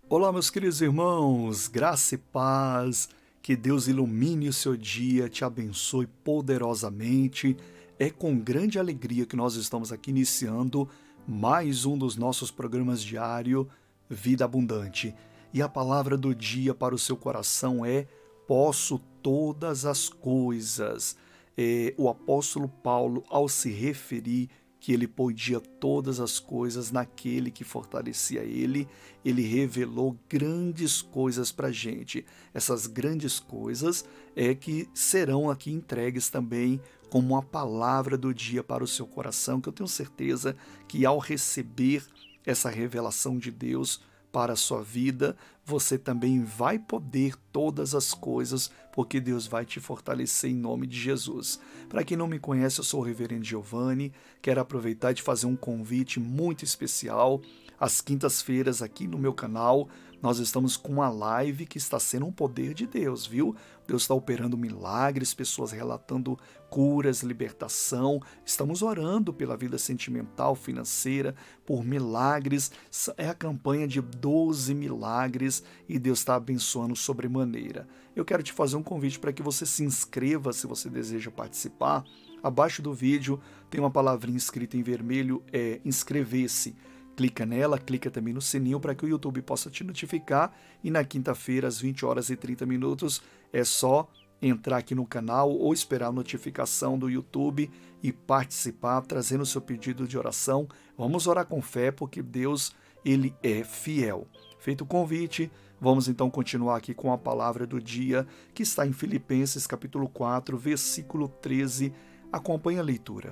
Olá, meus queridos irmãos, graça e paz, que Deus ilumine o seu dia, te abençoe poderosamente. É com grande alegria que nós estamos aqui iniciando mais um dos nossos programas diários, Vida Abundante. E a palavra do dia para o seu coração é: posso todas as coisas. O apóstolo Paulo, ao se referir que ele podia todas as coisas naquele que fortalecia ele revelou grandes coisas para a gente. Essas grandes coisas é que serão aqui entregues também como uma palavra do dia para o seu coração, que eu tenho certeza que ao receber essa revelação de Deus para a sua vida, você também vai poder todas as coisas, porque Deus vai te fortalecer em nome de Jesus. Para quem não me conhece, eu sou o Reverendo Giovanni, quero aproveitar e te fazer um convite muito especial. Às quintas-feiras aqui no meu canal, nós estamos com uma live que está sendo um poder de Deus, viu? Deus está operando milagres, pessoas relatando curas, libertação. Estamos orando pela vida sentimental, financeira, por milagres. É a campanha de 12 milagres e Deus está abençoando sobremaneira. Eu quero te fazer um convite para que você se inscreva se você deseja participar. Abaixo do vídeo tem uma palavrinha escrita em vermelho, inscrever-se. Clica nela, clica também no sininho para que o YouTube possa te notificar. E na quinta-feira, às 20 horas e 30 minutos, é só entrar aqui no canal ou esperar a notificação do YouTube e participar, trazendo o seu pedido de oração. Vamos orar com fé, porque Deus, Ele é fiel. Feito o convite, vamos então continuar aqui com a palavra do dia, que está em Filipenses capítulo 4, versículo 13. Acompanhe a leitura.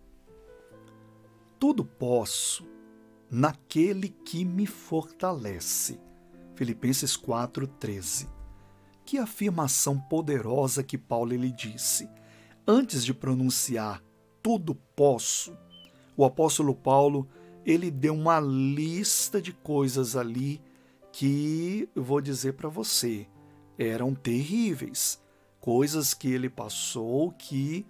Tudo posso naquele que me fortalece. Filipenses 4:13. Que afirmação poderosa que Paulo ele disse. Antes de pronunciar tudo posso, o apóstolo Paulo ele deu uma lista de coisas ali que eu vou dizer para você, eram terríveis. Coisas que ele passou que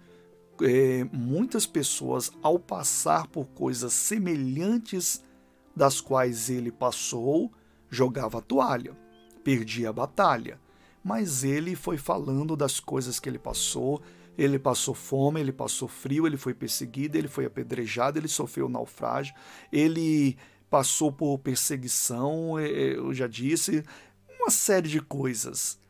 muitas pessoas, ao passar por coisas semelhantes das quais ele passou, jogava a toalha, perdia a batalha. Mas ele foi falando das coisas que ele passou fome, ele passou frio, ele foi perseguido, ele foi apedrejado, ele sofreu naufrágio, ele passou por perseguição, eu já disse, uma série de coisas.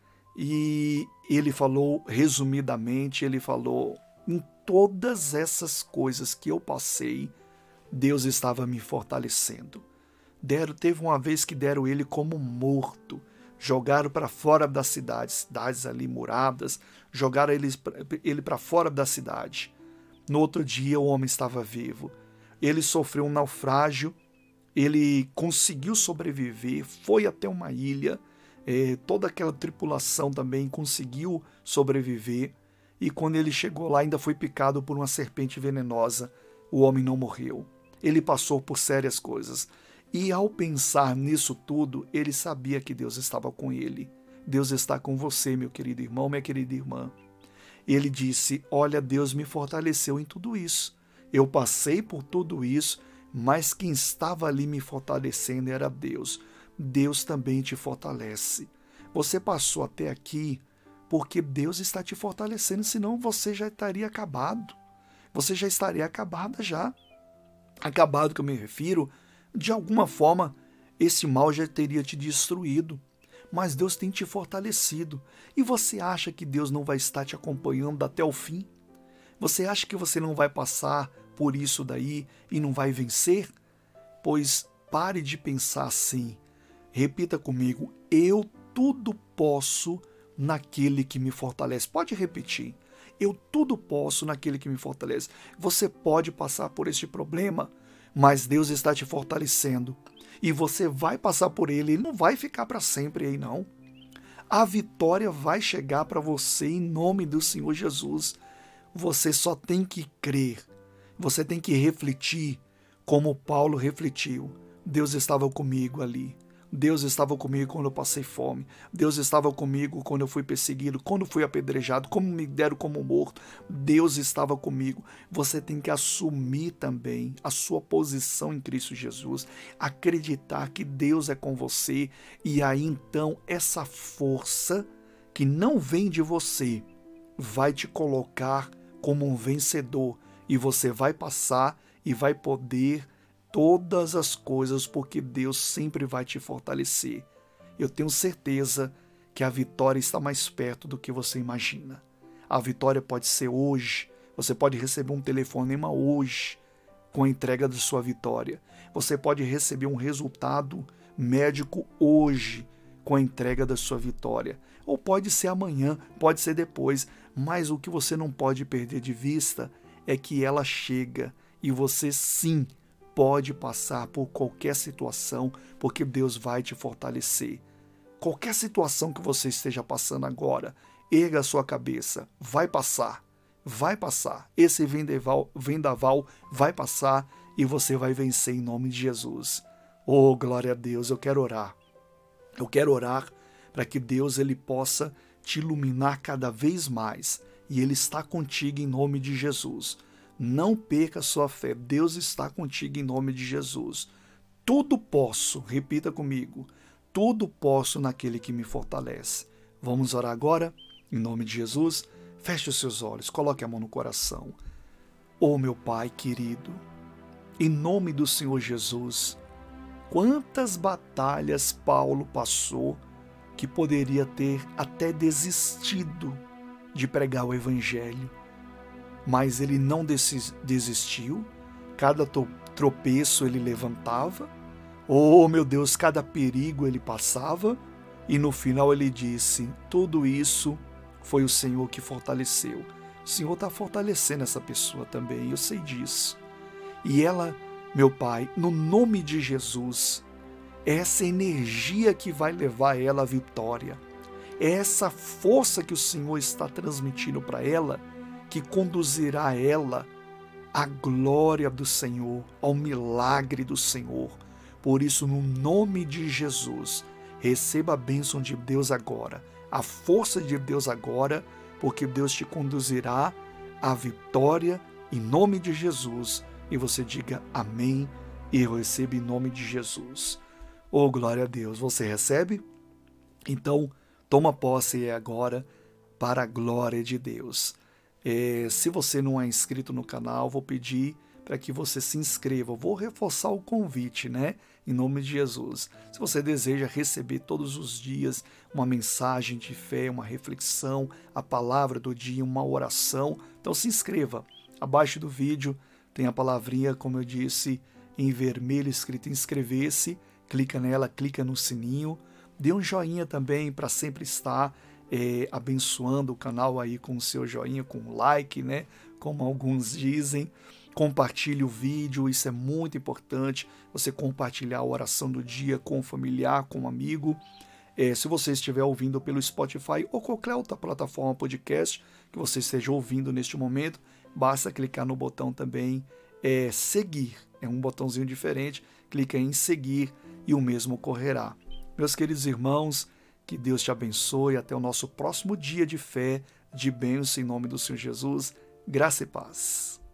E ele falou, resumidamente, ele falou: em todas essas coisas que eu passei, Deus estava me fortalecendo. Teve uma vez que deram ele como morto, jogaram para fora da cidade, cidades ali muradas, jogaram ele para fora da cidade. No outro dia o homem estava vivo. Ele sofreu um naufrágio, ele conseguiu sobreviver, foi até uma ilha, toda aquela tripulação também conseguiu sobreviver. E quando ele chegou lá, ainda foi picado por uma serpente venenosa. O homem não morreu. Ele passou por sérias coisas. E ao pensar nisso tudo, ele sabia que Deus estava com ele. Deus está com você, meu querido irmão, minha querida irmã. Ele disse: olha, Deus me fortaleceu em tudo isso. Eu passei por tudo isso, mas quem estava ali me fortalecendo era Deus. Deus também te fortalece. Você passou até aqui porque Deus está te fortalecendo, senão você já estaria acabado. Você já estaria acabada já. Acabado que eu me refiro, de alguma forma, esse mal já teria te destruído. Mas Deus tem te fortalecido. E você acha que Deus não vai estar te acompanhando até o fim? Você acha que você não vai passar por isso daí e não vai vencer? Pois pare de pensar assim. Repita comigo: eu tudo posso naquele que me fortalece. Pode repetir. Eu tudo posso naquele que me fortalece. Você pode passar por este problema, mas Deus está te fortalecendo. E você vai passar por ele, ele não vai ficar para sempre aí não. A vitória vai chegar para você em nome do Senhor Jesus. Você só tem que crer. Você tem que refletir como Paulo refletiu. Deus estava comigo ali. Deus estava comigo quando eu passei fome. Deus estava comigo quando eu fui perseguido, quando fui apedrejado, como me deram como morto. Deus estava comigo. Você tem que assumir também a sua posição em Cristo Jesus, acreditar que Deus é com você, e aí então essa força que não vem de você vai te colocar como um vencedor, e você vai passar e vai poder todas as coisas, porque Deus sempre vai te fortalecer. Eu tenho certeza que a vitória está mais perto do que você imagina. A vitória pode ser hoje. Você pode receber um telefonema hoje com a entrega da sua vitória. Você pode receber um resultado médico hoje com a entrega da sua vitória. Ou pode ser amanhã, pode ser depois, mas o que você não pode perder de vista é que ela chega, e você sim pode passar por qualquer situação, porque Deus vai te fortalecer. Qualquer situação que você esteja passando agora, erga a sua cabeça, vai passar, vai passar. Esse vendaval vai passar e você vai vencer em nome de Jesus. Oh, glória a Deus, eu quero orar. Eu quero orar para que Deus ele possa te iluminar cada vez mais, e Ele está contigo em nome de Jesus. Não perca a sua fé, Deus está contigo em nome de Jesus. Tudo posso, repita comigo, tudo posso naquele que me fortalece. Vamos orar agora? Em nome de Jesus, feche os seus olhos, coloque a mão no coração. Oh, meu Pai querido, em nome do Senhor Jesus, quantas batalhas Paulo passou que poderia ter até desistido de pregar o Evangelho, mas ele não desistiu. Cada tropeço ele levantava. Oh, meu Deus, cada perigo ele passava. E no final ele disse, tudo isso foi o Senhor que fortaleceu. O Senhor está fortalecendo essa pessoa também, eu sei disso. E ela, meu Pai, no nome de Jesus, é essa energia que vai levar ela à vitória. É essa força que o Senhor está transmitindo para ela, que conduzirá ela à glória do Senhor, ao milagre do Senhor. Por isso, no nome de Jesus, receba a bênção de Deus agora, a força de Deus agora, porque Deus te conduzirá à vitória em nome de Jesus. E você diga amém, e eu recebo em nome de Jesus. Oh, glória a Deus. Você recebe? Então, toma posse agora para a glória de Deus. Se você não é inscrito no canal, vou pedir para que você se inscreva. Eu vou reforçar o convite, né? Em nome de Jesus. Se você deseja receber todos os dias uma mensagem de fé, uma reflexão, a palavra do dia, uma oração, então se inscreva. Abaixo do vídeo tem a palavrinha, como eu disse, em vermelho escrito inscrever-se. Clica nela, clica no sininho. Dê um joinha também para sempre estar abençoando o canal aí com o seu joinha, com o like, né? Como alguns dizem. Compartilhe o vídeo, isso é muito importante. Você compartilhar a oração do dia com o familiar, com um amigo. Se você estiver ouvindo pelo Spotify ou qualquer outra plataforma podcast que você esteja ouvindo neste momento, basta clicar no botão também seguir. É um botãozinho diferente. Clica em seguir e o mesmo ocorrerá. Meus queridos irmãos, que Deus te abençoe. Até o nosso próximo dia de fé, de bênção em nome do Senhor Jesus. Graça e paz.